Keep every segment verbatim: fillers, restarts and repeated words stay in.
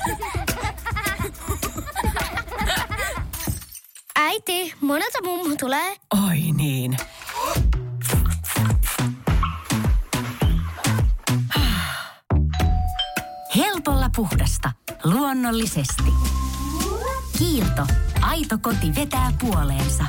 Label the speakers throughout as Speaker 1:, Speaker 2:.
Speaker 1: Äiti, monelta mummu tulee?
Speaker 2: Oi niin. Helpolla puhdasta. Luonnollisesti. Kiilto. Aito koti vetää puoleensa.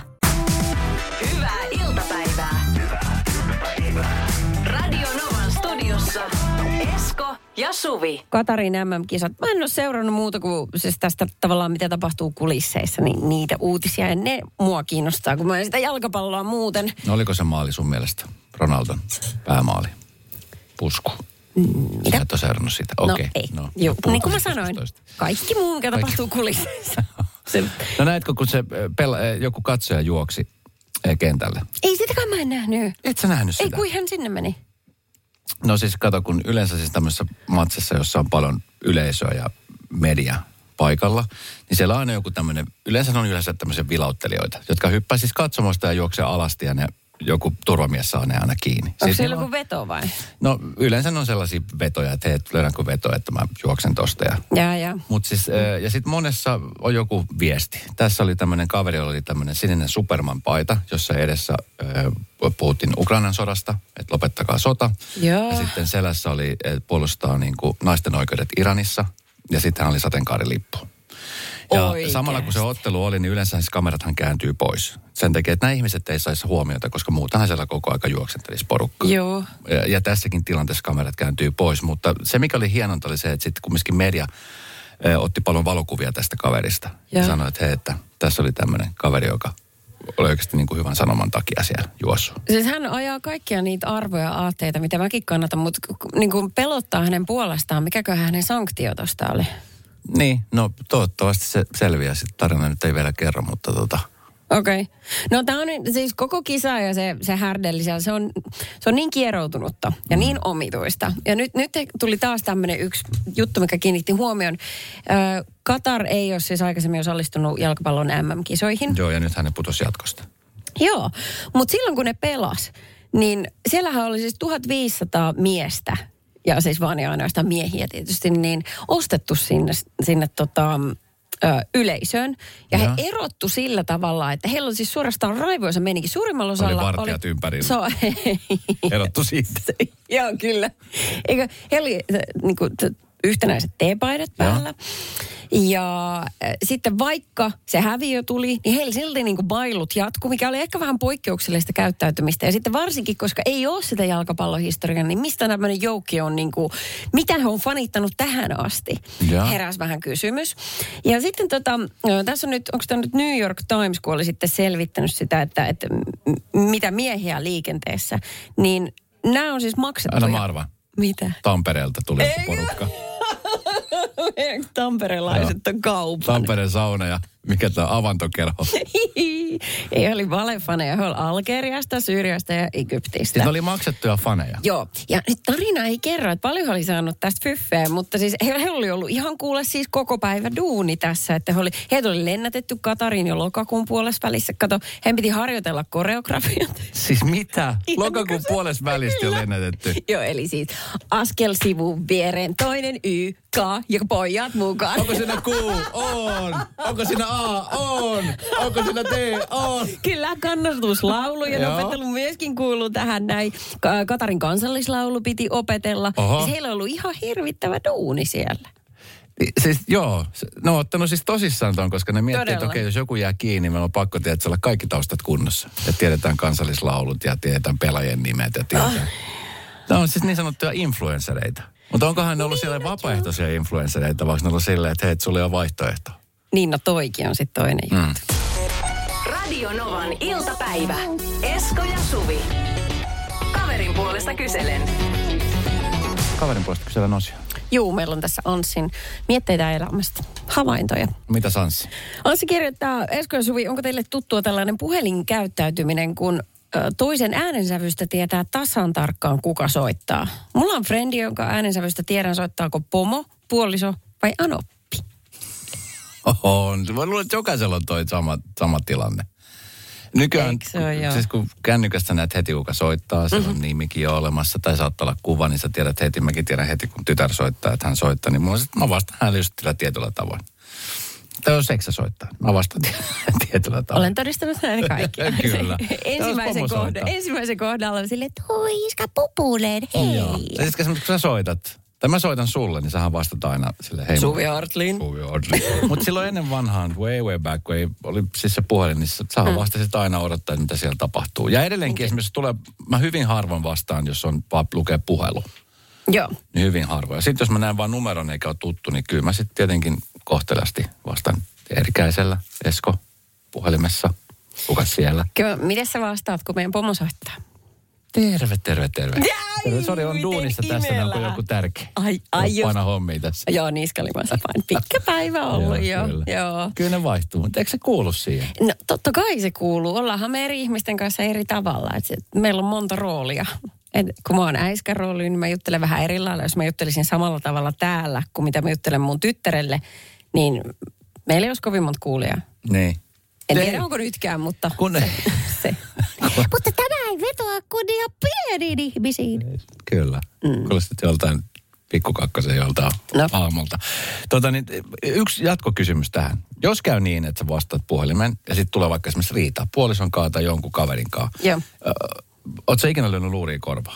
Speaker 2: Hyvää iltapäivää. Hyvää iltapäivää. Radio Novan studiossa Esko ja Suvi.
Speaker 3: Katarin äm äm-kisat. Mä en ole seurannut muuta kuin siis tästä tavallaan, mitä tapahtuu kulisseissa, niin niitä uutisia. Ja ne mua kiinnostaa, kun mä en sitä jalkapalloa muuten.
Speaker 4: No oliko se maali sun mielestä? Ronaldon päämaali. Pusku.
Speaker 3: Mitä?
Speaker 4: Sä et ole seurannut sitä.
Speaker 3: No
Speaker 4: Okei.
Speaker 3: ei.
Speaker 4: No,
Speaker 3: Joo, niin kuin mä
Speaker 4: puhutaan
Speaker 3: sanoin,
Speaker 4: toista.
Speaker 3: kaikki muu, mikä
Speaker 4: Kaikki.
Speaker 3: tapahtuu kulisseissa. Se,
Speaker 4: No näetkö, kun se pela, joku katsoja juoksi eh, kentälle?
Speaker 3: ei sitäkään mä en nähnyt.
Speaker 4: Et sä nähnyt sitä?
Speaker 3: Ei, kuin hän sinne meni.
Speaker 4: No siis kato, kun yleensä siis tämmöisessä matsissa, jossa on paljon yleisöä ja media paikalla, niin siellä on aina joku tämmöinen, yleensä on yleensä tämmöisiä vilauttelijoita, jotka hyppää siis katsomosta ja juoksee alasti ja ne, joku turvamies saa ne aina kiinni.
Speaker 3: Onko
Speaker 4: Siis
Speaker 3: siellä
Speaker 4: niillä
Speaker 3: joku veto vai?
Speaker 4: No yleensä ne on sellaisia vetoja, että hei, löydänkö veto, että mä juoksen tosta. Ja,
Speaker 3: Jaa, jaa.
Speaker 4: mut siis, mm. Ja sitten monessa on joku viesti. Tässä oli tämmöinen kaveri, jolla oli tämmöinen sininen Superman-paita, jossa edessä äh, puhuttiin Ukrainan sodasta, että lopettakaa sota.
Speaker 3: Joo.
Speaker 4: Ja sitten selässä oli, että puolustaa niin kuin naisten oikeudet Iranissa. Ja sitten hän oli sateenkaarilippu. Ja
Speaker 3: Oikeasti.
Speaker 4: samalla kun se ottelu oli, niin yleensä siis kamerathan kääntyy pois. Sen takia, että nämä ihmiset ei saisi huomiota, koska muutenhan siellä koko aika juoksentelisi porukka.
Speaker 3: Joo.
Speaker 4: Ja, ja tässäkin tilanteessa kamerat kääntyy pois. Mutta se, mikä oli hienonta, oli se, että sitten kumminkin media ä, otti paljon valokuvia tästä kaverista. Ja, ja sanoi, että hei, että tässä oli tämmöinen kaveri, joka oli oikeasti niin kuin hyvän sanoman takia siellä juossut.
Speaker 3: Siis hän ajaa kaikkia niitä arvoja ja aatteita, mitä mäkin kannatan, mutta niin kuin pelottaa hänen puolestaan. Mikäköhän hänen sanktio tosta oli?
Speaker 4: Niin, no toivottavasti se selviää. Sitten tarina nyt ei vielä kerro, mutta tota...
Speaker 3: Okei. Okay. No tämä on siis koko kisa ja se, se härdelli siellä, se on, se on niin kieroutunutta ja mm. niin omituista. Ja nyt, nyt tuli taas tämmöinen yksi juttu, mikä kiinnitti huomioon. Ö, Katar ei ole siis aikaisemmin osallistunut jalkapallon äm äm-kisoihin.
Speaker 4: Joo, ja nyt hän putosi jatkosta.
Speaker 3: Joo, mutta silloin kun ne pelas, niin siellähän oli siis tuhatviisisataa miestä, ja siis vaan ja ainoastaan miehiä tietysti, niin ostettu sinne, sinne tota... Ö, yleisöön. Ja, ja he erottu sillä tavalla, että heillä on siis suorastaan raivoisa menikin. Suurimmalla osalla
Speaker 4: oli vartijat oli... ympärillä.
Speaker 3: So...
Speaker 4: Erottu siitä.
Speaker 3: Joo, kyllä. Eikö, heillä oli niin kuin, yhtenäiset teepaidat päällä. Ja, ja äh, sitten vaikka se häviö tuli, niin heillä silti niin kuin bailut jatkuu, mikä oli ehkä vähän poikkeuksellista käyttäytymistä. Ja sitten varsinkin, koska ei ole sitä jalkapallohistoriaa, niin mistä tämmöinen joukki on, niin kuin, mitä he on fanittanut tähän asti? Ja. Heräsi vähän kysymys. Ja sitten tota, tässä on nyt, onko tämä nyt New York Times, kun oli sitten selvittänyt sitä, että, että mitä miehiä liikenteessä, niin nämä on siis maksettuja.
Speaker 4: Aina mä arvaan.
Speaker 3: Mitä?
Speaker 4: Tampereelta tuli joku porukka.
Speaker 3: Tamperelaiset on kaupan.
Speaker 4: Tampereen sauna ja mikä tämä avantokerho.
Speaker 3: Ei, oli valefaneja. He oli Algeriasta, Syyriasta ja Egyptistä.
Speaker 4: Siis oli maksettuja faneja.
Speaker 3: Joo. Ja nyt tarina ei kerro, että paljon he oli saanut tästä fyffeä, mutta siis he, he oli ollut ihan kuule siis koko päivä duuni tässä. Että he oli, heitä oli lennätetty Katariin jo lokakuun puolessa välissä. Kato, he piti harjoitella koreografiat.
Speaker 4: Siis mitä? Lokakuun puolessa välistä jo lennätetty.
Speaker 3: Joo, eli siis askel sivun viereen, toinen Y, K ja pojat mukaan.
Speaker 4: Onko siinä Q? On. Onko siinä A? On. Onko siinä T? On.
Speaker 3: Kyllä, kannatuslaulu ja opettelu myöskin kuuluu tähän näin. Katarin kansallislaulu piti opetella. Ja heillä on ollut ihan hirvittävä duuni siellä.
Speaker 4: Siis joo, ne on ottanut siis tosissaan ton, koska ne miettii,
Speaker 3: Todella.
Speaker 4: että okei, jos joku jää kiinni, meillä on pakko tietää, että olla kaikki taustat kunnossa. Ja tiedetään kansallislaulut ja tiedetään pelaajien nimet ja tiedetään. Oh. Tämä on siis niin sanottuja influenssereita. Mutta onkohan ne ollut niin, siellä vapaaehtoisia influenssereita, vaikka ne ollut silleen, että hei, sulla on vaihtoehto.
Speaker 3: Niin, no toikin on sitten toinen
Speaker 4: mm.
Speaker 3: juttu.
Speaker 2: Radio Novan iltapäivä. Esko ja Suvi. Kaverin puolesta kyselen.
Speaker 4: Kaverin puolesta kyselen Osia.
Speaker 3: Juu, meillä on tässä Anssin mietteitä elämästä. Havaintoja.
Speaker 4: Mitä Anssi?
Speaker 3: Anssi kirjoittaa, Esko ja Suvi, onko teille tuttua tällainen puhelinkäyttäytyminen, kun toisen äänensävystä tietää tasan tarkkaan, kuka soittaa? Mulla on frendi, jonka äänensävystä tiedän, soittaako pomo, puoliso vai anoppi.
Speaker 4: On. Mä luulen, että jokaisella on toi sama, sama tilanne. Nykyään,
Speaker 3: Eikö se ole, joo?
Speaker 4: siis kun kännykästä näet heti, kuka soittaa, siellä mm-hmm. on nimikin jo olemassa, tai saattaa olla kuva, niin sä tiedät heti, mäkin tiedän heti, kun tytär soittaa, että hän soittaa, niin mulla sit, mä vastaan hänelle just tietyllä tavoin. Tai jos seksä soittaa, mä vastaan tietyllä tavalla.
Speaker 3: Olen todistanut näin kaikki.
Speaker 4: Kyllä.
Speaker 3: ensimmäisen, kohdan, ensimmäisen kohdalla on silleen, että hoi iska pupuleen, hei.
Speaker 4: Joo. Se sitten, kun sä soitat, tai mä soitan sulle, niin sähän vastat aina silleen, hei.
Speaker 3: Suvi Artlin.
Speaker 4: Suvi Artlin. Mutta silloin ennen vanhaan, way way back, kun ei, oli siis se puhelin, niin sähän mm. vastasit aina odottaa, mitä siellä tapahtuu. Ja edelleenkin okay. esimerkiksi tulee, mä hyvin harvoin vastaan, jos on vaan lukee puhelu.
Speaker 3: Joo.
Speaker 4: Niin hyvin harvoin. Ja sitten jos mä näen vaan numeron eikä ole tuttu, niin kyllä mä sitten tietenkin kohteliasti vastaan Erikäisellä, Esko, puhelimessa. Kuka siellä?
Speaker 3: Kyllä, miten sä vastaat, kun meidän pomo soittaa?
Speaker 4: Terve, terve, terve.
Speaker 3: Jäi,
Speaker 4: terve. Sori, on duunissa tässä, on kuin joku tärkeä.
Speaker 3: Ai, ai just.
Speaker 4: Paina hommia tässä.
Speaker 3: Joo, niskalimassa vain. Pitkä päivä ollut jo.
Speaker 4: Kyllä.
Speaker 3: Joo.
Speaker 4: Kyllä ne vaihtuu, mutta eikö se kuulu siihen?
Speaker 3: No totta kai se kuuluu. Ollaanhan me eri ihmisten kanssa eri tavalla. Et meillä on monta roolia. Et kun mä oon äiskän rooli, niin mä juttelen vähän eri lailla. Jos mä juttelisin samalla tavalla täällä, kuin mitä mä juttelen mun tyttärelle, niin meillä ei olisi kovin monta kuulijaa.
Speaker 4: Niin.
Speaker 3: En tiedä, onko nytkään, mutta
Speaker 4: kun
Speaker 3: se. se. Mutta tämä ei vetoa kunnia pieniin ihmisiin.
Speaker 4: Kyllä. Mm. Kuulostit joltain pikkukakkosen joltain no. aamulta. Tota, niin, yksi jatkokysymys tähän. Jos käy niin, että sä vastaat puhelimen ja sitten tulee vaikka esimerkiksi riitaa puolison kaa tai jonkun kaverin kaa. Joo. Ö, oot sä ikinä lyönyt luuria korvaa?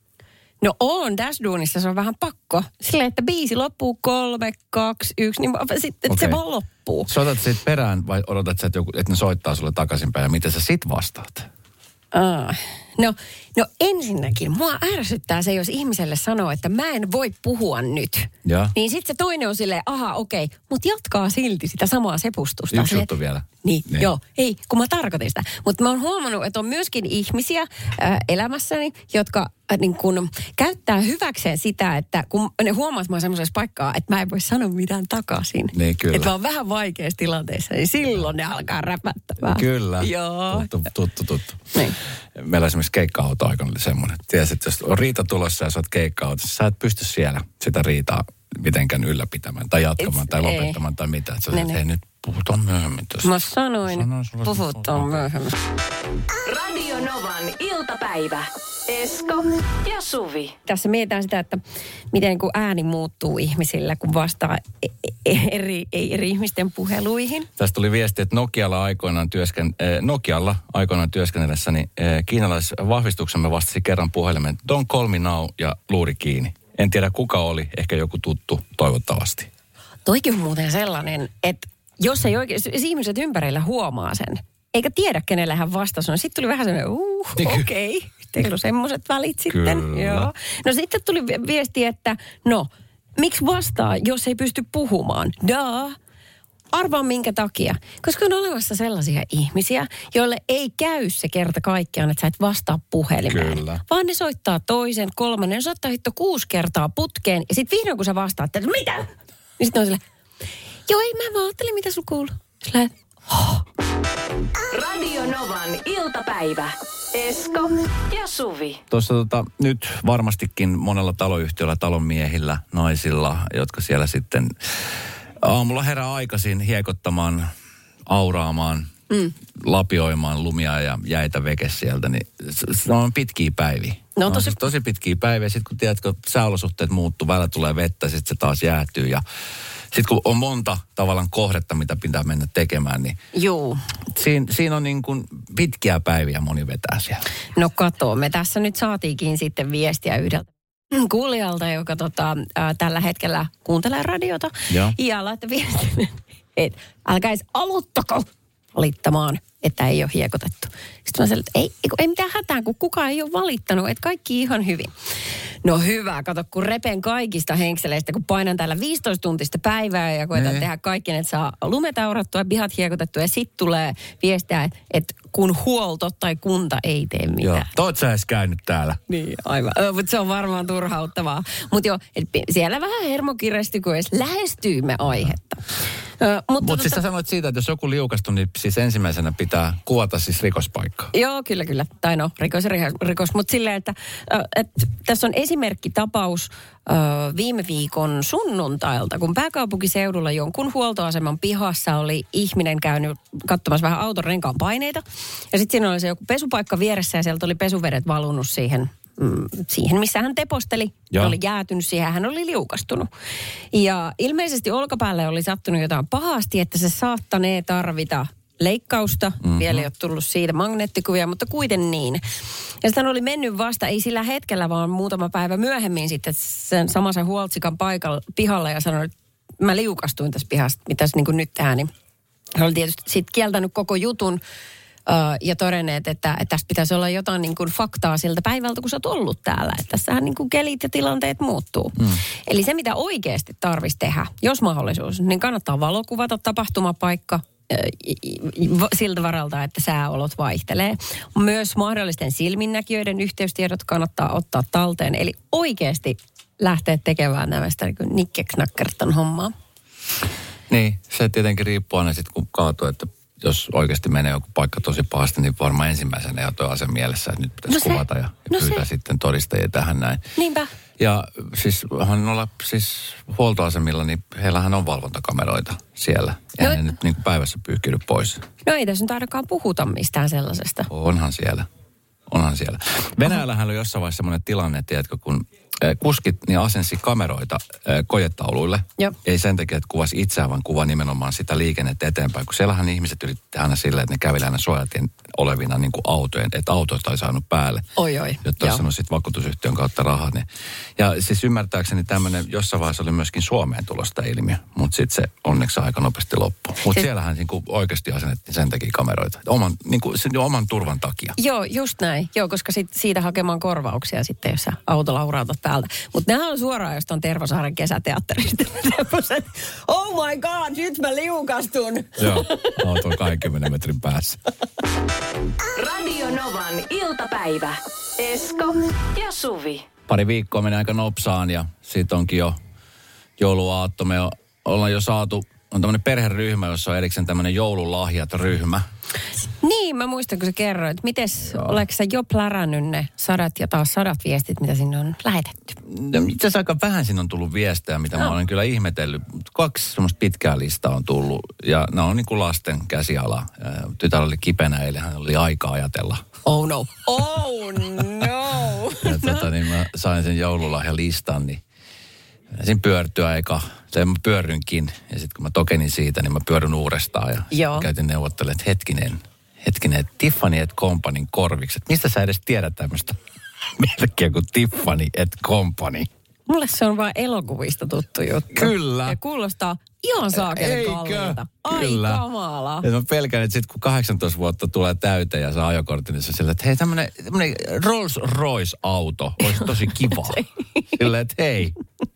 Speaker 3: No on, tässä duunissa se on vähän pakko. Silleen, että biisi loppuu kolme, kaksi, yksi, niin sitten okay. se vaan loppuu.
Speaker 4: Soitat siitä perään vai odotat sä, että, joku, että ne soittaa sulle takaisinpäin ja miten sä sit vastaat?
Speaker 3: Ah. No, no ensinnäkin, mua ärsyttää se, jos ihmiselle sanoo, että mä en voi puhua nyt. Ja. Niin sitten se toinen on silleen, aha okei, okay, mutta jatkaa silti sitä samaa sepustusta.
Speaker 4: Yksi juttu vielä.
Speaker 3: Niin, niin, joo, ei, kun mä tarkoitin sitä. Mutta mä oon huomannut, että on myöskin ihmisiä äh, elämässäni, jotka äh, niin kun käyttää hyväkseen sitä, että kun ne huomaa, että mä oon semmoisessa paikkaa, että mä en voi sanoa mitään takaisin.
Speaker 4: Niin, kyllä.
Speaker 3: Että mä oon vähän vaikeassa tilanteessa, niin silloin ne alkaa räpättämään.
Speaker 4: Kyllä.
Speaker 3: Joo.
Speaker 4: Tuttu, tuttu, tuttu.
Speaker 3: Niin.
Speaker 4: Meillä esimerkiksi keikka-auto-aikana oli semmoinen. Tiedätkö, että jos on riita tulossa ja sä oot keikka-autossa, sä et pysty siellä sitä riitaa mitenkään ylläpitämään tai jatkamaan It's, tai lopettamaan ei. Tai mitään. Että sä oot, hei nyt puhutaan myöhemmin tuossa.
Speaker 3: Mä sanoin, sanoin puhutaan myöhemmin.
Speaker 2: Radio Novan iltapäivä. Esko ja Suvi.
Speaker 3: Tässä mietitään sitä, että miten niin kuin ääni muuttuu ihmisillä, kun vastaa eri, eri ihmisten puheluihin.
Speaker 4: Tästä tuli viesti, että Nokialla aikoinaan, työsken, eh, Nokialla aikoinaan työskennellessäni eh, kiinalaisvahvistuksemme vastasi kerran puhelimen Don't call me now ja luuri kiinni. En tiedä kuka oli, ehkä joku tuttu, toivottavasti.
Speaker 3: Toikin on muuten sellainen, että jos ei oikein, jos ihmiset ympärillä huomaa sen, eikä tiedä kenelle hän vastasi, no sitten tuli vähän sellainen, uh, okei, okay. Teillä on semmoiset välit sitten.
Speaker 4: Kyllä.
Speaker 3: Joo. No sitten tuli viesti, että no, miksi vastaa, jos ei pysty puhumaan? Daa. Arvaa minkä takia. Koska on olemassa sellaisia ihmisiä, joille ei käy se kerta kaikkiaan, että sä et vastaa puhelimeen.
Speaker 4: Kyllä.
Speaker 3: Vaan ne soittaa toisen, kolmannen, ne soittaa hitto kuusi kertaa putkeen. Ja sitten vihdoin kun sä vastaat, että mitä? Niin sitten on silleen, joo ei mä vaan ajattelin, mitä sulla kuuluu. Silleen, oh.
Speaker 2: Radio Novan iltapäivä. Esko ja Suvi.
Speaker 4: Tuossa tota, nyt varmastikin monella taloyhtiöllä, talonmiehillä, naisilla, jotka siellä sitten aamulla herää aikaisin hiekottamaan, auraamaan, mm. lapioimaan lumia ja jäitä veke sieltä, niin se on pitkiä päiviä.
Speaker 3: No,
Speaker 4: on
Speaker 3: tosi...
Speaker 4: siis tosi pitkiä päiviä. Sitten kun tiedätkö, sääolosuhteet muuttuu, välillä tulee vettä, sitten se taas jäätyy ja sitten kun on monta tavallaan kohdetta, mitä pitää mennä tekemään, niin
Speaker 3: Juu.
Speaker 4: Siinä, siinä on niin kuin pitkiä päiviä moni vetää siellä.
Speaker 3: No kato, me tässä nyt saatiinkin sitten viestiä yhdeltä kuulijalta, joka tota, ää, tällä hetkellä kuuntelee radiota. Joo. Ja laittoi viestin, että älkää edes aloittako valittamaan, että ei ole hiekotettu. Sitten mä sanoin, että ei, ei mitään hätää, kun kukaan ei ole valittanut, että kaikki ihan hyvin. No hyvä, kato, kun repen kaikista henkseleistä, kun painan täällä viisitoista tuntista päivää ja koetan ne. tehdä kaikki, että saa lumet aurattua ja pihat hiekotettua ja sitten tulee viestiä, että kun huolto tai kunta ei tee mitään.
Speaker 4: Joo, toot sä edes käynyt täällä.
Speaker 3: Niin, aivan. Mutta se on varmaan turhauttavaa. Mutta joo, siellä vähän hermokirjasti, kun edes lähestyymme aihetta. Ö,
Speaker 4: Mutta Mut siis sä sanoit siitä, että jos joku liukastuu, niin siis ensimmäisenä pitää kuvata siis rikospaikkaa.
Speaker 3: Joo, kyllä, kyllä. Tai no, rikos ja rikos. Mutta silleen, että, että tässä on esimerkkitapaus viime viikon sunnuntailta, kun pääkaupunkiseudulla jonkun huoltoaseman pihassa oli ihminen käynyt katsomassa vähän auton renkaan paineita. Ja sitten siinä oli se joku pesupaikka vieressä ja sieltä oli pesuvedet valunut siihen, mm, siihen missä hän teposteli. Hän oli jäätynyt siihen, hän oli liukastunut. Ja ilmeisesti olkapäälle oli sattunut jotain pahasti, että se saattanee tarvita leikkausta. Mm-hmm. Vielä ei ole tullut siitä magneettikuvia, mutta kuiten niin. Ja sitten hän oli mennyt vasta, ei sillä hetkellä, vaan muutama päivä myöhemmin sitten sen samaisen huoltsikan paikalla, pihalla ja sanoi, että mä liukastuin tässä pihasta, mitäs niin kuin nyt tehdään. Niin hän oli tietysti sitten kieltänyt koko jutun uh, ja todenneet, että, että tästä pitäisi olla jotain niin kuin faktaa siltä päivältä, kun sä oot ollut täällä. Että tässähän niin kuin kelit ja tilanteet muuttuu. Mm. Eli se, mitä oikeasti tarvitsisi tehdä, jos mahdollisuus, niin kannattaa valokuvata tapahtumapaikka, siltä varalta, että sääolot vaihtelee. Myös mahdollisten silminnäkijöiden yhteystiedot kannattaa ottaa talteen. Eli oikeasti lähteä tekemään näistä niin nikkeknakkertan hommaa.
Speaker 4: Niin, se tietenkin riippuu aina sitten, kun kaatuu, että jos oikeasti menee joku paikka tosi pahasti, niin varmaan ensimmäisenä jo tuo asia mielessä, että nyt pitäisi no kuvata ja no pyytää se. Sitten todistajia tähän näin.
Speaker 3: Niinpä.
Speaker 4: Ja siis hän olla siis huoltoasemilla, niin heillähän on valvontakameroita siellä. Ja no, ne nyt niin kuin päivässä pyyhkiydy pois.
Speaker 3: No ei tässä nyt ainakaan puhuta mistään sellaisesta.
Speaker 4: Onhan siellä. Onhan siellä. Venäjällähän oli jossain vaiheessa semmoinen tilanne, tiedätkö, kun kuskit niin asensi kameroita kojetauluille. Joo. Ei sen takia, että kuvasi itseään, vaan kuva nimenomaan sitä liikennettä eteenpäin. Kun siellähän ihmiset yritti aina silleen, että ne käveli aina suojatien olevina niin kuin autojen, että autoista ei saanut päälle.
Speaker 3: Oi, oi.
Speaker 4: Jotta olisi saanut sitten vakuutusyhtiön kautta rahaa. Niin. Ja siis ymmärtääkseni tämmöinen, jossain vaiheessa oli myöskin Suomeen tulosta ilmiö, mutta sitten se onneksi aika nopeasti loppui. Mutta siis siellähän niin kuin oikeasti asennettiin sen takia kameroita. Oman, niin kuin, sen oman turvan takia.
Speaker 3: Joo, just näin. Joo, koska sit, siitä hakemaan korvauksia sitten, jos sä autolla urautat päältä. Mutta nämä on suoraan jostain Tervasaaren kesäteatterista. Oh my god, nyt mä liukastun.
Speaker 4: Joo, auto on kaksikymmentä metrin päässä.
Speaker 2: Radio Novan iltapäivä. Esko ja Suvi.
Speaker 4: Pari viikkoa menee aika nopsaan ja siitä onkin jo jouluaatto. Me ollaan jo saatu, on tämmöinen perheryhmä, jossa on erikseen tämmöinen joululahjat-ryhmä.
Speaker 3: Niin, mä muistan, kun sä kerroit. Mites, oletko sä jo plärännyt ne sadat ja taas sadat viestit, mitä sinne on lähetetty?
Speaker 4: No, itse asiassa aika vähän siinä on tullut viestejä, mitä no. mä olen kyllä ihmetellyt. Kaksi semmoista pitkää listaa on tullut ja ne on niin kuin lasten käsiala. Tytär oli kipenä, eilen hän oli aikaa ajatella.
Speaker 3: Oh no. Oh no.
Speaker 4: ja tota, niin mä sain sen joululahjalistan, niin siinä pyörtyä eikä, tai mä pyörrynkin. Ja sitten kun mä tokenin siitä, niin mä pyörryn uudestaan. Ja Joo. käytin neuvottelemaan, että hetkinen, hetkinen, että Tiffany et Companyn korvikset. Mistä sä edes tiedät tämmöistä merkkiä kuin Tiffany et Company?
Speaker 3: Mulle se on vaan elokuvista tuttu juttu.
Speaker 4: Kyllä.
Speaker 3: Ja kuulostaa ihan saakeli kalliilta. Ai kamala.
Speaker 4: Ja mä pelkään, että sitten kun kahdeksantoista vuotta tulee täyteen ja saa ajokortin, niin se on sillä, että hei, tämmönen, tämmönen Rolls-Royce-auto olisi tosi kiva. Sillä, että hei.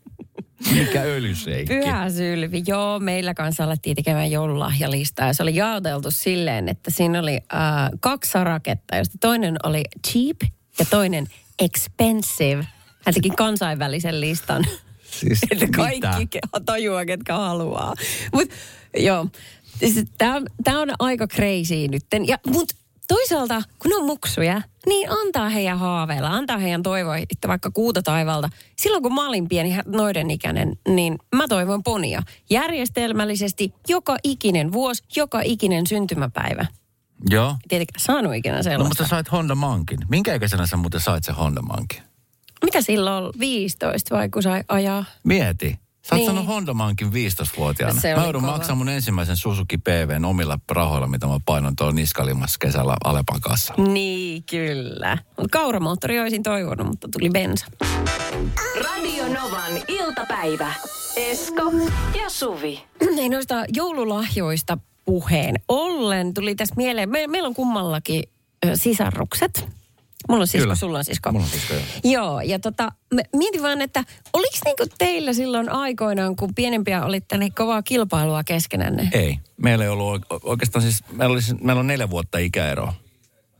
Speaker 4: Mikä öljyseikki.
Speaker 3: Pyhä Sylvi. Joo, meillä kanssa alettiin tekemään joululahjalistaa. Ja se oli jaoteltu silleen, että siinä oli äh, kaksi saraketta, josta toinen oli cheap ja toinen expensive. Hän teki kansainvälisen listan.
Speaker 4: Siis
Speaker 3: että kaikki mitä? Tajuaa, ketkä haluaa. Mutta joo, tämä on aika crazy nytten. Ja, mut toisaalta, kun on muksuja, niin antaa heidän haaveilla, antaa heidän toivoa, että vaikka kuuta taivalta. Silloin kun mä olin pieni noiden ikäinen, niin mä toivon ponia. Järjestelmällisesti joka ikinen vuosi, joka ikinen syntymäpäivä.
Speaker 4: Joo.
Speaker 3: Tietenkin saanut ikinä sellaista.
Speaker 4: No mutta sait Honda Mankin. Minkä ikäisenä sä muuten sait sen Honda Mankin?
Speaker 3: Mitä silloin viisitoista vai kun sai ajaa?
Speaker 4: Mieti. Sä oot niin. Sanonut Honda Mankin viisitoistavuotiaana. Mä joudun maksamaan mun ensimmäisen Suzuki P V:n omilla rahoilla, mitä mä painon tuolla niskalimassa kesällä Alepan kassalla.
Speaker 3: Niin, kyllä. Mutta kauramoottori olisin toivonut, mutta tuli bensa.
Speaker 2: Radio Novan iltapäivä. Esko ja Suvi.
Speaker 3: Ei noista joululahjoista puheen ollen tuli tässä mieleen. Me, meillä on kummallakin ö, sisarrukset. Mulla on sisko, Kyllä. sulla on sisko.
Speaker 4: Mulla on sisko, joo.
Speaker 3: Joo, ja tota, mietin vaan, että oliko niinku teillä silloin aikoinaan, kun pienempiä olitte, niin kovaa kilpailua keskenänne?
Speaker 4: Ei. Meillä ei ollut oikeastaan siis, meillä, oli, meillä on neljä vuotta ikäeroa.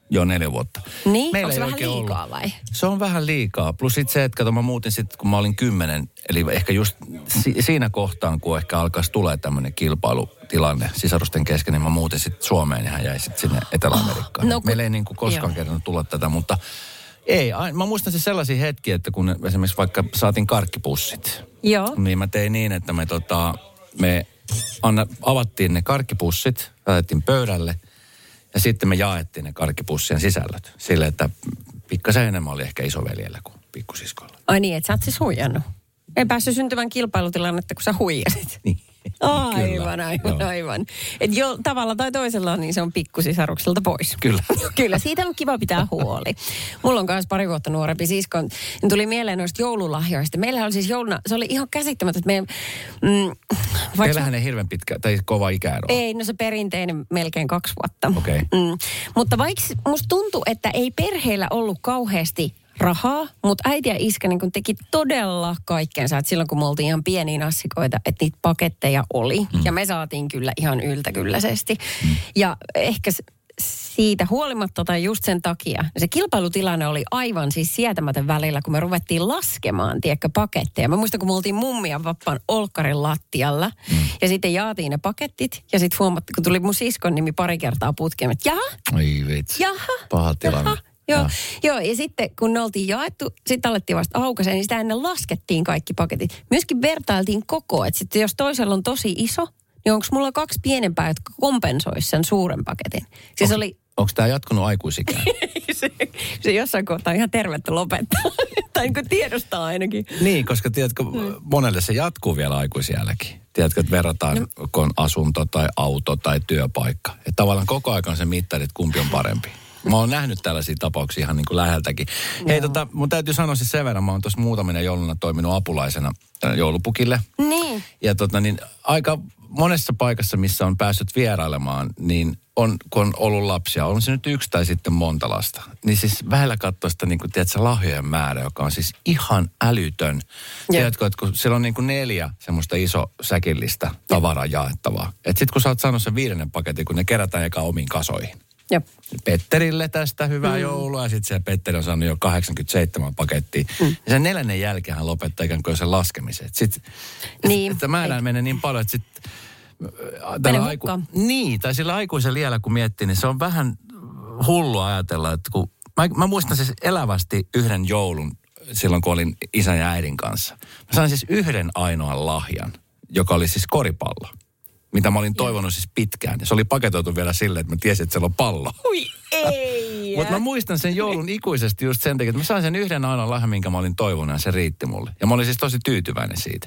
Speaker 4: Joo, neljä vuotta.
Speaker 3: Niin?
Speaker 4: Meillä
Speaker 3: Onko se
Speaker 4: ei
Speaker 3: vähän
Speaker 4: oikein
Speaker 3: liikaa
Speaker 4: ollut.
Speaker 3: vai?
Speaker 4: Se on vähän liikaa. Plus sitten se, että kato, mä muutin sitten, kun mä olin kymmenen, eli ehkä just si- siinä kohtaan, kun ehkä alkaisi tulee tämmöinen kilpailutilanne sisarusten kesken, niin mä muutin sitten Suomeen ja hän jäi sitten sinne Etelä-Amerikkaan.
Speaker 3: Oh, no kun...
Speaker 4: Meillä ei niin kuin koskaan kerran tulla tätä, mutta ei. Ai, mä muistan siis sellaisia hetkiä, että kun esimerkiksi vaikka saatiin karkkipussit.
Speaker 3: Joo.
Speaker 4: Niin mä tein niin, että me, tota, me anna, avattiin ne karkkipussit, laitettiin pöydälle ja sitten me jaettiin ne karkkipussien sisällöt. Sille, että pikkasen enemmän oli ehkä isoveljellä kuin pikkusiskoilla.
Speaker 3: Ai niin, että sä oot siis huijannut. Ei päässyt syntymään kilpailutilannetta, kun sä huijasit.
Speaker 4: Niin.
Speaker 3: Aivan, aivan,
Speaker 4: Joo.
Speaker 3: aivan. Et jo tavalla tai toisella niin se on pikkusisarukselta pois.
Speaker 4: Kyllä.
Speaker 3: Kyllä, siitä on kiva pitää huoli. Mulla on myös pari vuotta nuorempi sisko. Niin tuli mieleen noista joululahjoista. Meillä oli siis jouluna, se oli ihan käsittämätöntä, että meidän... Mm,
Speaker 4: Teillähän ei hirveän pitkä, tai kova ikäero.
Speaker 3: Ei, no se perinteinen melkein kaksi vuotta.
Speaker 4: Okei.
Speaker 3: Mm. Mutta vaikka musta tuntui, että ei perheellä ollut kauheasti rahaa, mutta äiti ja iskä niin kun teki todella kaikkensa, että silloin kun me oltiin ihan pieniä nassikoita, että niitä paketteja oli. Mm. Ja me saatiin kyllä ihan yltäkylläisesti. Mm. Ja ehkä siitä huolimatta tai just sen takia, se kilpailutilanne oli aivan siis sietämätön välillä, kun me ruvettiin laskemaan, tiedätkö, paketteja. Mä muistan, kun me oltiin mummian vappan olkkarin lattialla mm. ja sitten jaatiin ne pakettit ja sitten huomattiin, kun tuli mun siskon nimi pari kertaa putkeen, että jaha,
Speaker 4: Ai vitsi.
Speaker 3: jaha,
Speaker 4: Paha tilanne.
Speaker 3: jaha. Joo,
Speaker 4: Ja.
Speaker 3: joo, ja sitten kun ne oltiin jaettu, sitten alettiin vasta aukaiseen, niin sitä ennen laskettiin kaikki paketit. Myöskin vertailtiin koko, että sitten jos toisella on tosi iso, niin onko mulla kaksi pienempää, jotka kompensoisi sen suuren paketin. Siis
Speaker 4: Onks,
Speaker 3: oli...
Speaker 4: Onko tämä jatkunut aikuisikään?
Speaker 3: se, se jossain kohtaa on ihan tervettä lopettaa. tai niin kuin tiedostaa ainakin.
Speaker 4: Niin, koska tiedätkö, monelle se jatkuu vielä aikuisiälläkin. Tiedätkö, että verrataan, no. kun on asunto tai auto tai työpaikka. Että tavallaan koko ajan on se mittari, että kumpi on parempi. Mä oon nähnyt tällaisia tapauksia ihan niin kuin läheltäkin. No. Hei, tota, mun täytyy sanoa siis sen verran, mä oon tuossa muutamina jouluna toiminut apulaisena joulupukille.
Speaker 3: Niin.
Speaker 4: Ja tota niin, aika monessa paikassa, missä on päässyt vierailemaan, niin on, kun on ollut lapsia, on se nyt yksi tai sitten monta lasta, niin siis vähellä katsoo sitä niin kuin, tiedätkö, lahjojen määrä, joka on siis ihan älytön. Ja. Tiedätkö, että kun siellä on niin kuin neljä semmoista iso säkillistä tavaraa jaettavaa. Että sitten kun sä oot saanut sen viidennen paketin, kun ne kerätään eka omiin kasoihin.
Speaker 3: Jop.
Speaker 4: Petterille tästä hyvää mm. joulua, ja sitten se Petteri on saanut jo kahdeksankymmentäseitsemän pakettia. Mm. Ja sen neljännen jälkeen hän lopettaa ikään kuin sen laskemisen. Sitten
Speaker 3: Niin.
Speaker 4: että määrään menee niin paljon, että sitten...
Speaker 3: Mene
Speaker 4: Aiku...
Speaker 3: hukkaan.
Speaker 4: Niin, tai sillä aikuisen liellä kun miettii, niin se on vähän hullua ajatella, että kun... Mä, mä muistan siis elävästi yhden joulun silloin, kun olin isän ja äidin kanssa. Mä sain siis yhden ainoan lahjan, joka oli siis koripallo. Mitä mä olin toivonut siis pitkään. Ja se oli paketoitu vielä silleen, että mä tiesin, että siellä on pallo.
Speaker 3: Ui, ei.
Speaker 4: Mutta mä muistan sen joulun ikuisesti just sen takia, että mä sain sen yhden ainoan lahjan, minkä mä olin toivonut, ja se riitti mulle. Ja mä olin siis tosi tyytyväinen siitä.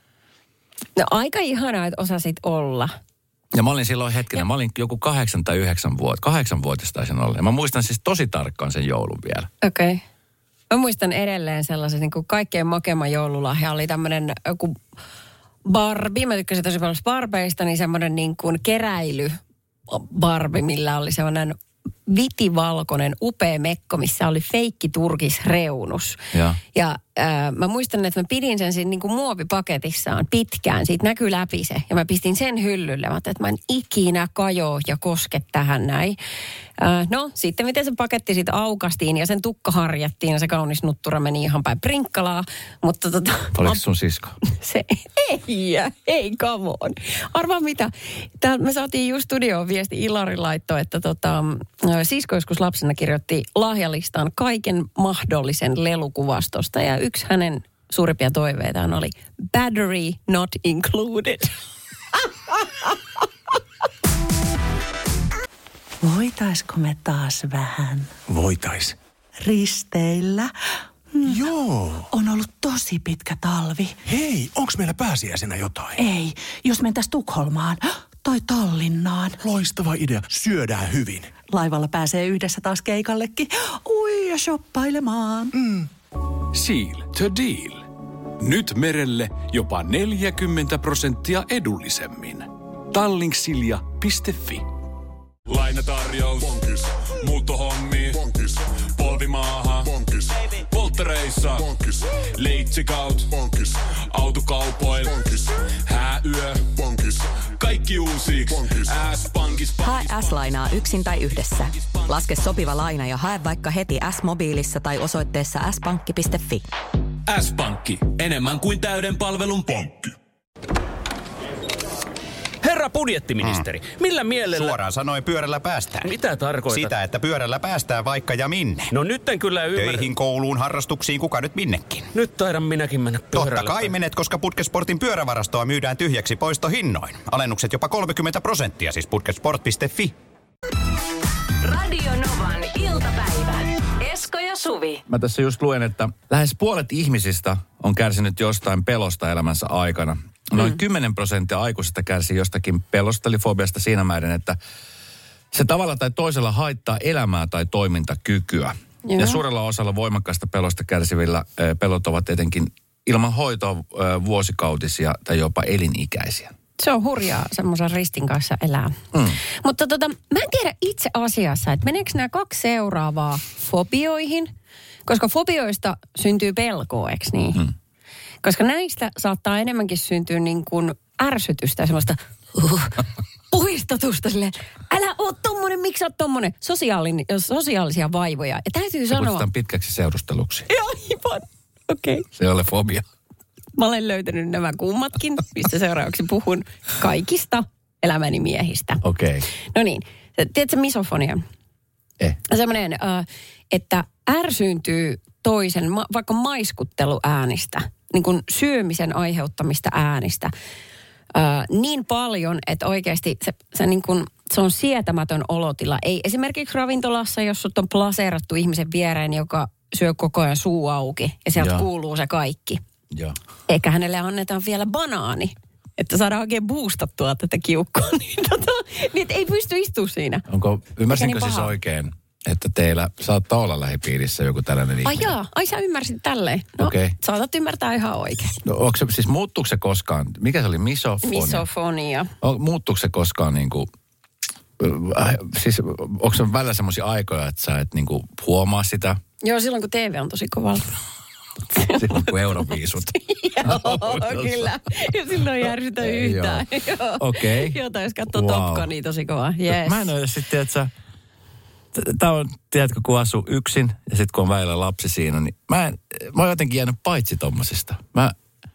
Speaker 3: No aika ihanaa, että osasit olla.
Speaker 4: Ja mä olin silloin hetkinen, mä olin joku kahdeksan tai yhdeksän vuotta, kahdeksanvuotias taisin olla. Ja mä muistan siis tosi tarkkaan sen joulun vielä.
Speaker 3: Okei. Okay. Mä muistan edelleen sellaisen, niin kuin kaikkein makema joululahja oli tämmöinen joku Barbie. Mä tykkäsin tosi paljon Barbeista, niin semmoinen niin kuin keräily Barbie, millä oli semmoinen vitivalkoinen upea mekko, missä oli feikki turkisreunus.
Speaker 4: Ja,
Speaker 3: ja äh, mä muistan, että mä pidin sen siinä niin kuin muovipaketissaan pitkään. Siitä näkyy läpi se. Ja mä pistin sen hyllylle. Mä että mä en ikinä kajoa ja koske tähän näin. Äh, no, sitten miten se paketti sitten aukastiin ja sen tukka harjattiin ja se kaunis nuttura meni ihan päin prinkkalaa. Mutta tota...
Speaker 4: Oliko sun sisko?
Speaker 3: Se ei, ei, come on. Arvaa mitä. Tää, me saatiin just studioon viesti, Ilari laittoi, että tota, sisko joskus lapsena kirjoitti lahjalistaan kaiken mahdollisen lelukuvastosta ja yksi hänen suurimpia toiveitaan oli battery not included.
Speaker 5: Voitaisko me taas vähän
Speaker 6: Voitais.
Speaker 5: risteillä?
Speaker 6: Joo.
Speaker 5: On ollut tosi pitkä talvi.
Speaker 6: Hei, onks meillä pääsiäisenä jotain?
Speaker 5: Ei, jos mentäis Tukholmaan tai Tallinnaan.
Speaker 6: Loistava idea. Syödään hyvin.
Speaker 5: Laivalla pääsee yhdessä taas keikallekin. Ui, ja shoppailemaan.
Speaker 6: Mm.
Speaker 7: Seal to deal. Nyt merelle jopa neljäkymmentä prosenttia edullisemmin. Tallingsilja piste fi. Lainatarjous. Bonkis. Muuttohommi. Bonkis. Polvimaaha. Bonkis. Polttereissa. Bonkis. Leitsikaut. Bonkis. Autokaupoil. Bonkis. Hääyö. Bonkis. Kaikki kaikki uusiiksi. S-pankis.
Speaker 8: Hae S-lainaa yksin tai yhdessä. Laske sopiva laina ja hae vaikka heti S-mobiilissa tai osoitteessa s pankki piste fi.
Speaker 7: S-pankki. Enemmän kuin täyden palvelun pankki.
Speaker 9: Herra budjettiministeri, mm. millä mielellä...
Speaker 10: Suoraan sanoen pyörällä päästään.
Speaker 9: Mitä tarkoitat?
Speaker 10: Sitä, että pyörällä päästään vaikka ja minne.
Speaker 9: No nyt en kyllä ymmärrä.
Speaker 10: Töihin, kouluun, harrastuksiin, kuka nyt minnekin.
Speaker 9: Nyt taidan minäkin mennä pyörällä.
Speaker 10: Totta kai menet, koska Putkesportin pyörävarastoa myydään tyhjäksi poistohinnoin. Alennukset jopa kolmekymmentä prosenttia, siis putkesport piste fi.
Speaker 2: Radio Novan iltapäivä. Esko ja Suvi.
Speaker 4: Mä tässä just luen, että lähes puolet ihmisistä on kärsinyt jostain pelosta elämänsä aikana. Noin mm. kymmenen prosenttia aikuisista kärsii jostakin pelosta, eli fobiasta siinä määrin, että se tavalla tai toisella haittaa elämää tai toimintakykyä. Joo. Ja suurella osalla voimakkaasta pelosta kärsivillä pelot ovat tietenkin ilman hoitoa vuosikautisia tai jopa elinikäisiä.
Speaker 3: Se on hurjaa semmoisen ristin kanssa elää. Mm. Mutta tota, mä en tiedä itse asiassa, että meneekö nämä kaksi seuraavaa fobioihin, koska fobioista syntyy pelkoa, eikö niin? Mm. Koska näistä saattaa enemmänkin syntyä niin kuin ärsytystä, semmoista uh, puhistatusta silleen, älä oo tommonen, miksi sä oot tommonen? Sosiaalin, sosiaalisia vaivoja. Ja täytyy
Speaker 4: se
Speaker 3: sanoa...
Speaker 4: kutsutaan pitkäksi seurusteluksi.
Speaker 3: Joo, aivan. Okei. Okay.
Speaker 4: Se ei ole fobia.
Speaker 3: Mä olen löytänyt nämä kummatkin, mistä seuraavaksi puhun kaikista elämäni miehistä.
Speaker 4: Okei. Okay.
Speaker 3: No niin, tiedätkö misofonia?
Speaker 4: Eh.
Speaker 3: Semmoinen, että ärsyyntyy toisen, vaikka maiskutteluäänistä, niin kuin syömisen aiheuttamista äänistä, niin paljon, että oikeasti se, se, niin kuin, se on sietämätön olotila. Ei esimerkiksi ravintolassa, jos sut on plaseerattu ihmisen viereen, joka syö koko ajan suu auki ja sieltä ja. kuuluu se kaikki.
Speaker 4: Ja.
Speaker 3: Eikä hänelle annetaan vielä banaani, että saadaan oikein boostattua tätä kiukkoa, niin, tota, niin ei pysty istumaan siinä.
Speaker 4: Onko, ymmärsinkö
Speaker 3: niin
Speaker 4: siis oikein, että teillä saattaa olla lähipiirissä joku tällainen ihminen?
Speaker 3: Ai jaa, ai sä ymmärsit tälleen. No, okay. Saatat ymmärtää ihan oikein.
Speaker 4: No onko se, siis muuttuuko se koskaan, mikä se oli, misofonia?
Speaker 3: Misofonia.
Speaker 4: O, muuttuuko se koskaan niin kuin, äh, siis onko se välillä semmoisia aikoja, että sä et niin kuin huomaa sitä?
Speaker 3: Joo, silloin kun T V on tosi kovalla.
Speaker 4: Silloin kuin Euroviisut.
Speaker 3: Joo, kyllä. Ja silloin ei järsytä yhtään.
Speaker 4: Okei.
Speaker 3: Okay. Joo, tai jos katsoo wow. Top Gunia tosi kovaa. Yes.
Speaker 4: Mä en ole sitten, että sä... Tämä on, tiedätkö, kun asuu yksin ja sitten kun on väillä lapsi siinä, niin mä, en, mä oon jotenkin jäänyt paitsi tommosista. Mä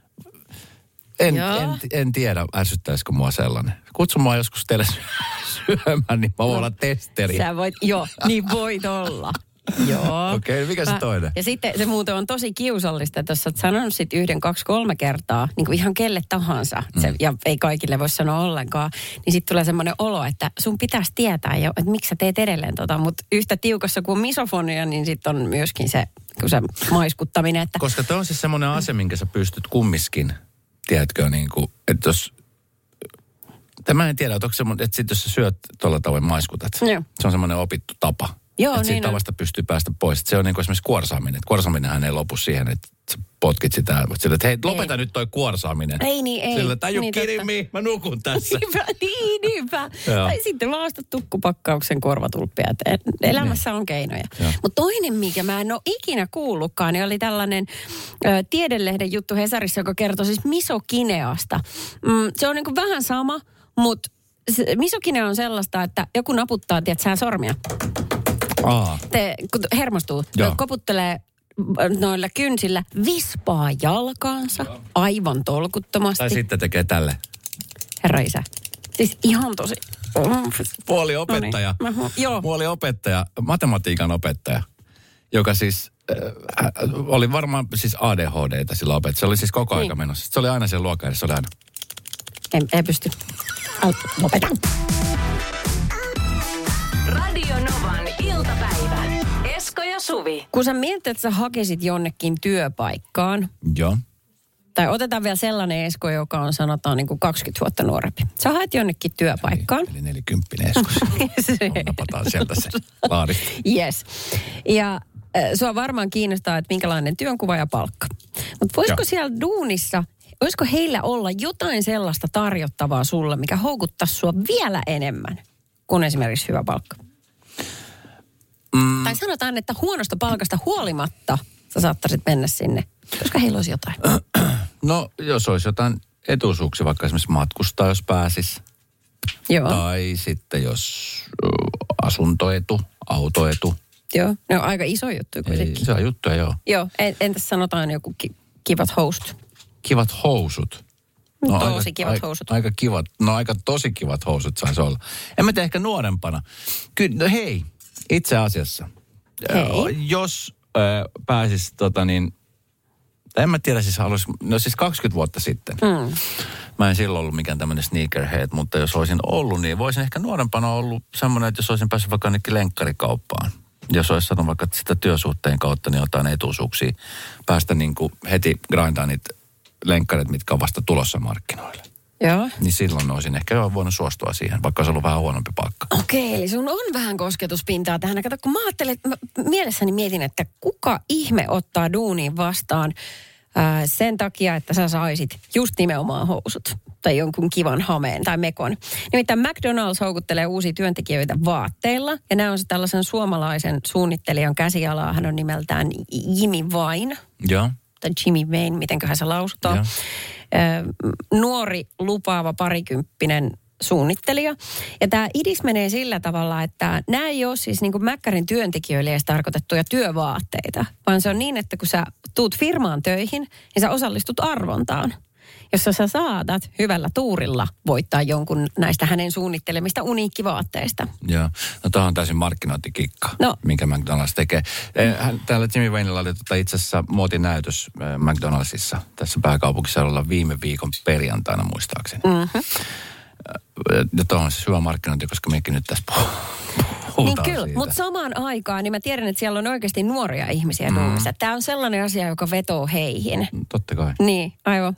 Speaker 4: en, en, en tiedä, ärsyttäisikö mua sellainen. Kutsu mua joskus teille syömään, niin mä voin olla testeri.
Speaker 3: Sä voit, joo, niin voit olla. Joo.
Speaker 4: Okei, okay, mikä se toinen?
Speaker 3: Ja sitten se muuten on tosi kiusallista, että jos sä oot sanonut sit yhden, kaksi, kolme kertaa, niin kuin ihan kelle tahansa, mm. se, ja ei kaikille voi sanoa ollenkaan, niin sitten tulee semmoinen olo, että sun pitäisi tietää jo, että miksi sä teet edelleen tota, mutta yhtä tiukassa kuin misofonia, niin sitten on myöskin se, kun se maiskuttaminen, että...
Speaker 4: Koska toi on siis semmoinen asia, minkä sä pystyt kummiskin, tiedätkö, niin kuin, että jos... Mä en tiedä, että onko semmoinen, että sit jos sä syöt tuolla tavoin maiskutat, joo. Se on semmoinen opittu tapa. Joo, että niin siitä tavasta pystyy päästä pois. Että se on niin kuin esimerkiksi kuorsaaminen. Kuorsaaminenhän ei lopu siihen, että sä potkit sitä. Sillä, että hei, lopeta ei. nyt toi kuorsaaminen.
Speaker 3: Ei niin, ei.
Speaker 4: Sillä, että are you
Speaker 3: niin,
Speaker 4: kidding me? Mä nukun tässä.
Speaker 3: Niinpä, niin, niinpä. Tai sitten vaan ostat tukkupakkauksen korvatulppia. Elämässä on keinoja. Mutta toinen, mikä mä en ole ikinä kuullutkaan, niin oli tällainen ö, Tiedelehden juttu Hesarissa, joka kertoi siis misokineasta. Mm, se on niin kuin vähän sama, mutta misokinea on sellaista, että joku naputtaa, tiedät sä, sormia.
Speaker 4: Aa.
Speaker 3: Te, kun hermostuu, koputtelee noilla kynsillä, vispaa jalkaansa Joo. aivan tolkuttomasti.
Speaker 4: Tai sitten tekee tälle.
Speaker 3: Herra isä. Siis ihan tosi...
Speaker 4: Puoli opettaja.
Speaker 3: No niin. Joo.
Speaker 4: Puoli opettaja, matematiikan opettaja, joka siis äh, oli varmaan siis A D H D:tä sillä opettaja. Se oli siis koko niin. aika menossa. Se oli aina siellä luokkaan, se oli aina.
Speaker 3: Ei, ei pysty. Al, lopeta.
Speaker 2: Radio Novan iltapäivä. Esko ja Suvi.
Speaker 3: Kun sä mietit, että sä hakisit jonnekin työpaikkaan.
Speaker 4: Joo.
Speaker 3: Tai otetaan vielä sellainen Esko, joka on sanotaan niin kuin kaksikymmentä vuotta nuorempi. Sä haet jonnekin työpaikkaan.
Speaker 4: Eli, eli nelikymppinen Esko. Napataan sieltä se laari.
Speaker 3: Yes. Ja äh, sua varmaan kiinnostaa, että minkälainen työnkuva ja palkka. Mutta voisiko Joo. siellä duunissa... Olisiko heillä olla jotain sellaista tarjottavaa sulle, mikä houkuttaisi sua vielä enemmän kuin esimerkiksi hyvä palkka? Mm. Tai sanotaan, että huonosta palkasta huolimatta sä saattaisit mennä sinne, koska heillä olisi jotain.
Speaker 4: No, jos olisi jotain etuisuuksia, vaikka esimerkiksi matkustaa, jos pääsis.
Speaker 3: Joo.
Speaker 4: Tai sitten jos ö, asuntoetu, autoetu.
Speaker 3: Joo, ne on aika iso juttu kuitenkin.
Speaker 4: Se on juttuja, joo.
Speaker 3: Joo, entäs sanotaan joku ki- kivat housut?
Speaker 4: Kivat housut.
Speaker 3: No, tosi
Speaker 4: aika,
Speaker 3: kivat
Speaker 4: aika,
Speaker 3: housut.
Speaker 4: Aika kivat, no aika tosi kivat housut saisi olla. En mä tiedä, ehkä nuorempana. Kyllä, no hei, itse asiassa.
Speaker 3: Hei.
Speaker 4: Jos äh, pääsis tota niin, en mä tiedä siis haluais, no siis kaksikymmentä vuotta sitten.
Speaker 3: Mm.
Speaker 4: Mä en silloin ollut mikään tämmöinen sneakerhead, mutta jos olisin ollut, niin voisin ehkä nuorempana ollut semmoinen, että jos olisin päässyt vaikka jonnekin lenkkarikauppaan. Jos olisi sanonut vaikka sitä työsuhteen kautta, niin jotain etuisuuksia. Päästä niin kuin heti grindaan niitä lenkkarit, mitkä on vasta tulossa markkinoille.
Speaker 3: Joo.
Speaker 4: Niin silloin olisin ehkä jo voinut suostua siihen, vaikka olisi ollut vähän huonompi palkka.
Speaker 3: Okei, eli sun on vähän kosketuspintaa tähän. Kato, kun mä ajattelin, että mä mielessäni mietin, että kuka ihme ottaa duuniin vastaan ää, sen takia, että sä saisit just nimenomaan housut tai jonkun kivan hameen tai mekon. Nimittäin McDonald's houkuttelee uusia työntekijöitä vaatteilla ja nämä on se tällaisen suomalaisen suunnittelijan käsialaa. Hän on nimeltään Jimmy Vine.
Speaker 4: Joo.
Speaker 3: Tai Jimmy Vane, mitenköhän se lausutaan. Nuori, lupaava, parikymppinen suunnittelija. Ja tämä idis menee sillä tavalla, että nämä ei ole siis niin kuin Mäkkärin työntekijöille edes tarkoitettuja työvaatteita, vaan se on niin, että kun sä tuut firmaan töihin, niin sä osallistut arvontaan, jossa sä saatat hyvällä tuurilla voittaa jonkun näistä hänen suunnittelemista uniikkivaatteista.
Speaker 4: Joo. No tämä on täysin markkinointikikka,
Speaker 3: no.
Speaker 4: minkä McDonald's tekee. Hän, täällä Jimmy Vanella oli tota itse asiassa muotinäytös McDonald'sissa tässä pääkaupunkiseudulla viime viikon perjantaina muistaakseni.
Speaker 3: Mm-hmm.
Speaker 4: Ja tuohon on siis hyvä markkinointi, koska mekin nyt tässä puhutaan
Speaker 3: niin kyllä, mutta samaan aikaan, niin mä tiedän, että siellä on oikeasti nuoria ihmisiä mm. duunissa. Tämä on sellainen asia, joka vetoo heihin.
Speaker 4: Totta kai.
Speaker 3: Niin, aivan.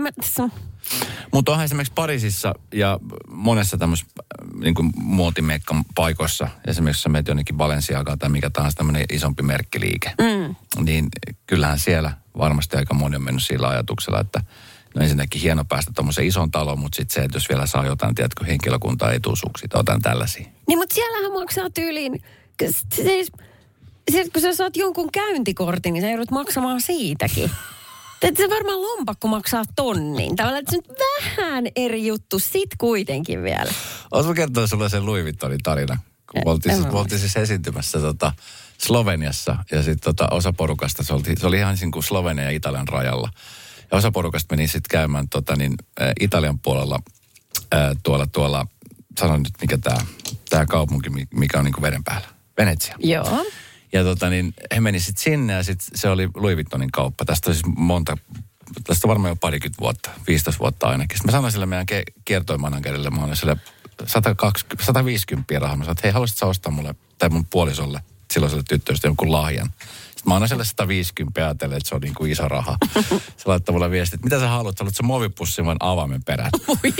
Speaker 4: Mutta onhan esimerkiksi Pariisissa ja monessa tämmöisessä niin kuin muotimekkan paikoissa, esimerkiksi jos menet jonnekin Balenciagaan tai mikä tahansa tämmöinen isompi merkkiliike, mm. niin kyllähän siellä varmasti aika moni on mennyt sillä ajatuksella, että no ensinnäkin hieno päästä tuommoisen ison talon, mutta sitten se, että jos vielä saa jotain, tiedätkö, henkilökuntaa etuisuuksia tai jotain tällaisia.
Speaker 3: Niin, mutta siellähän maksaa tyyliin, siis, siis kun sä saat jonkun käyntikortin, niin sä joudut maksamaan siitäkin. Että se varmaan lompakko maksaa tonnin. Tavallaan, että se nyt vähän eri juttu sit kuitenkin vielä.
Speaker 4: Oletko kertonut sulle sen Louis Vuittonin tarina? Kun me oltiin, siis, oltiin siis esiintymässä tota Sloveniassa ja sitten tota osa porukasta, se oli, se oli ihan niin kuin Slovenian ja Italian rajalla. Ja osa porukasta meni sitten käymään tota, niin, ä, Italian puolella ä, tuolla, tuolla, sanon nyt mikä tämä tää kaupunki, mikä on niin kuin veden päällä. Venetsia.
Speaker 3: Joo.
Speaker 4: Ja tota niin, he meni sitten sinne ja sitten se oli Louis Vuittonin kauppa. Tästä on siis monta, tästä on varmaan jo parikymmentä vuotta, viisitoista vuotta ainakin. Sitten mä sanoin sille meidän ke- kiertoimanagerille, mä olin sille sata kaksikymmentä, sata viisikymmentä rahaa. Mä sanoin, että hei, haluaisitko sä ostaa mulle tai mun puolisolle, silloiselle tyttöystä jonkun lahjan. Sitten mä annan sille sata viisikymmentä ajatellen, että se on niin kuin iso raha. Se laittaa mulle viesti, että mitä sä haluat? Haluatko sä muovipussin vai avaimen perään?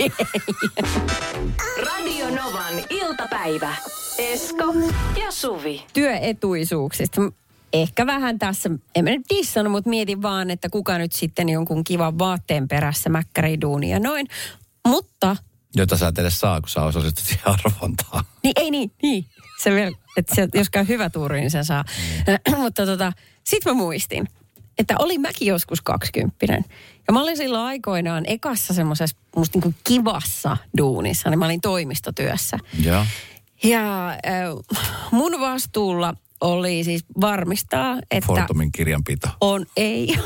Speaker 2: Radio Novan iltapäivä. Esko ja Suvi.
Speaker 3: Työetuisuuksista. Ehkä vähän tässä, en mä nyt dissannut, mutta mietin vaan, että kuka nyt sitten jonkun kivan vaatteen perässä mäkkäriduuni ja noin. Mutta...
Speaker 4: Jota sä et edes saa, kun sä osallistut siihen arvontaan.
Speaker 3: Niin, ei niin, niin. Se vielä, että se, jos käy hyvä tuuri, niin sen saa. Mm. Mutta tota, sit mä muistin, että olin mäkin joskus kaksikymppinen. Ja mä olin silloin aikoinaan ekassa semmoisessa musta niin kuin kivassa duunissa, niin mä olin toimistotyössä.
Speaker 4: Joo.
Speaker 3: Ja äh, mun vastuulla oli siis varmistaa, että...
Speaker 4: Fortumin kirjanpito.
Speaker 3: On, ei.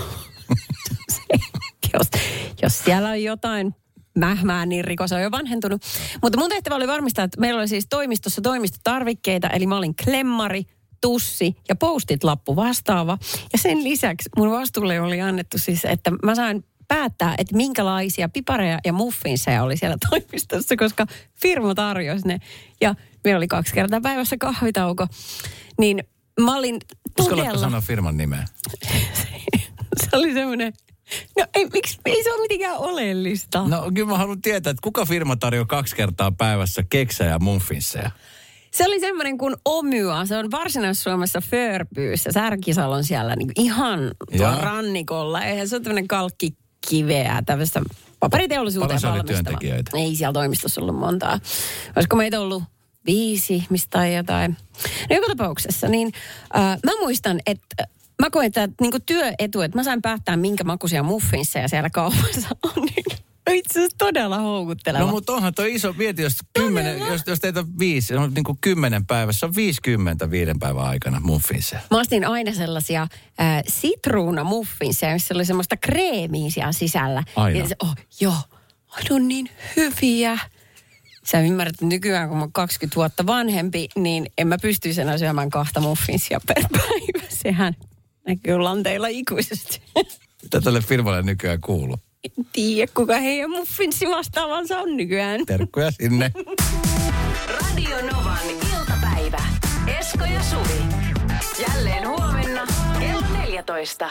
Speaker 3: jos, jos siellä on jotain mähmää, niin rikos on jo vanhentunut. Mutta mun tehtävä oli varmistaa, että meillä oli siis toimistossa toimistotarvikkeita, eli mä olin klemmari, tussi ja postit-lappu vastaava. Ja sen lisäksi mun vastuulle oli annettu siis, että mä sain päättää, että minkälaisia pipareja ja muffinseja oli siellä toimistossa, koska firma tarjosi ne. Ja meillä oli kaksi kertaa päivässä kahvitauko. Niin mä olin todella...
Speaker 4: Uskallatko sanoa firman nimeä?
Speaker 3: Se oli semmoinen... No ei, miksi, ei se ole mitenkään oleellista.
Speaker 4: No kyllä mä haluan tietää, että kuka firma tarjoaa kaksi kertaa päivässä keksejä ja muffinsseja?
Speaker 3: Se oli semmoinen kuin Omyä. Se on Varsinais-Suomessa Förbyyssä. Särkisalon siellä niin ihan tuolla rannikolla. Eihän se ole tämmöinen kalkkikiveä, tämmöistä paperiteollisuuteen valmistava. Ei siellä toimistossa ollut montaa. Olisiko meitä ollut viisi ihmistä tai jotain. No joka tapauksessa, niin äh, mä muistan, että mä koin, että niinku työetu, että mä sain päättää, minkä makuisia muffinsseja siellä kaupassa on. Niin Itse asiassa todella houkutteleva.
Speaker 4: No mutta onhan toi iso, mieti, jos, kymmenen, jos, jos teitä on viisi, on niin kuin kymmenen päivässä, on viisikymmentä viiden päivän aikana muffinseja.
Speaker 3: Mä ostin aina sellaisia äh, sitruunamuffinseja, missä oli semmoista kreemiä siellä sisällä.
Speaker 4: Aina?
Speaker 3: Ja se, oh, joo, ne on niin hyviä. Sä ymmärrät, että nykyään kun mä oon kaksikymmentä vuotta vanhempi, niin en mä pystyisi enää syömään kahta muffinsia per päivä. Sehän näkyy lanteilla ikuisesti.
Speaker 4: Mitä tälle firmalle nykyään kuuluu?
Speaker 3: En tiedä, kuka heidän muffinsi vastaavansa on nykyään.
Speaker 4: Terkkuja sinne.
Speaker 2: Radio Novan iltapäivä. Esko ja Suvi. Jälleen huomenna kello neljätoista.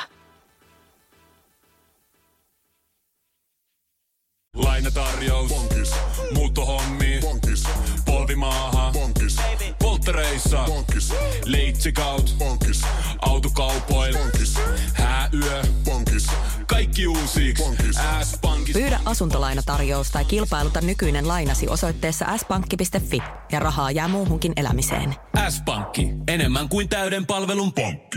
Speaker 7: Lainatarjous. Bonkis. Muuttohommi. Bonkis. Polvimaaha. Bonkis. Polttereissa. Bonkis. Leitsikaut. Bonkis. Autokaupoil. Bonkis. Hääyö. Bonkis. Kaikki uusiiksi. S-pankki.
Speaker 8: Pyydä asuntolainatarjous tai kilpailuta nykyinen lainasi osoitteessa s pankki piste fi ja rahaa jää muuhunkin elämiseen.
Speaker 7: S-pankki. Enemmän kuin täyden palvelun pankki.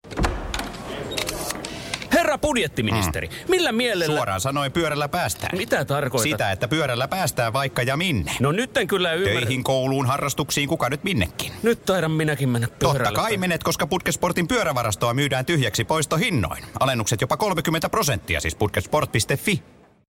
Speaker 9: Herra budjettiministeri, mm. millä mielellä...
Speaker 10: Suoraan sanoen pyörällä päästään.
Speaker 9: Mitä tarkoitat?
Speaker 10: Sitä, että pyörällä päästään vaikka ja minne.
Speaker 9: No nyt en kyllä ymmärrä...
Speaker 10: Töihin, kouluun, harrastuksiin, kuka nyt minnekin.
Speaker 9: Nyt taidan minäkin mennä pyörällä.
Speaker 10: Totta kai menet, koska Putkesportin pyörävarastoa myydään tyhjäksi poistohinnoin. Alennukset jopa kolmekymmentä prosenttia, siis putkesport piste fi.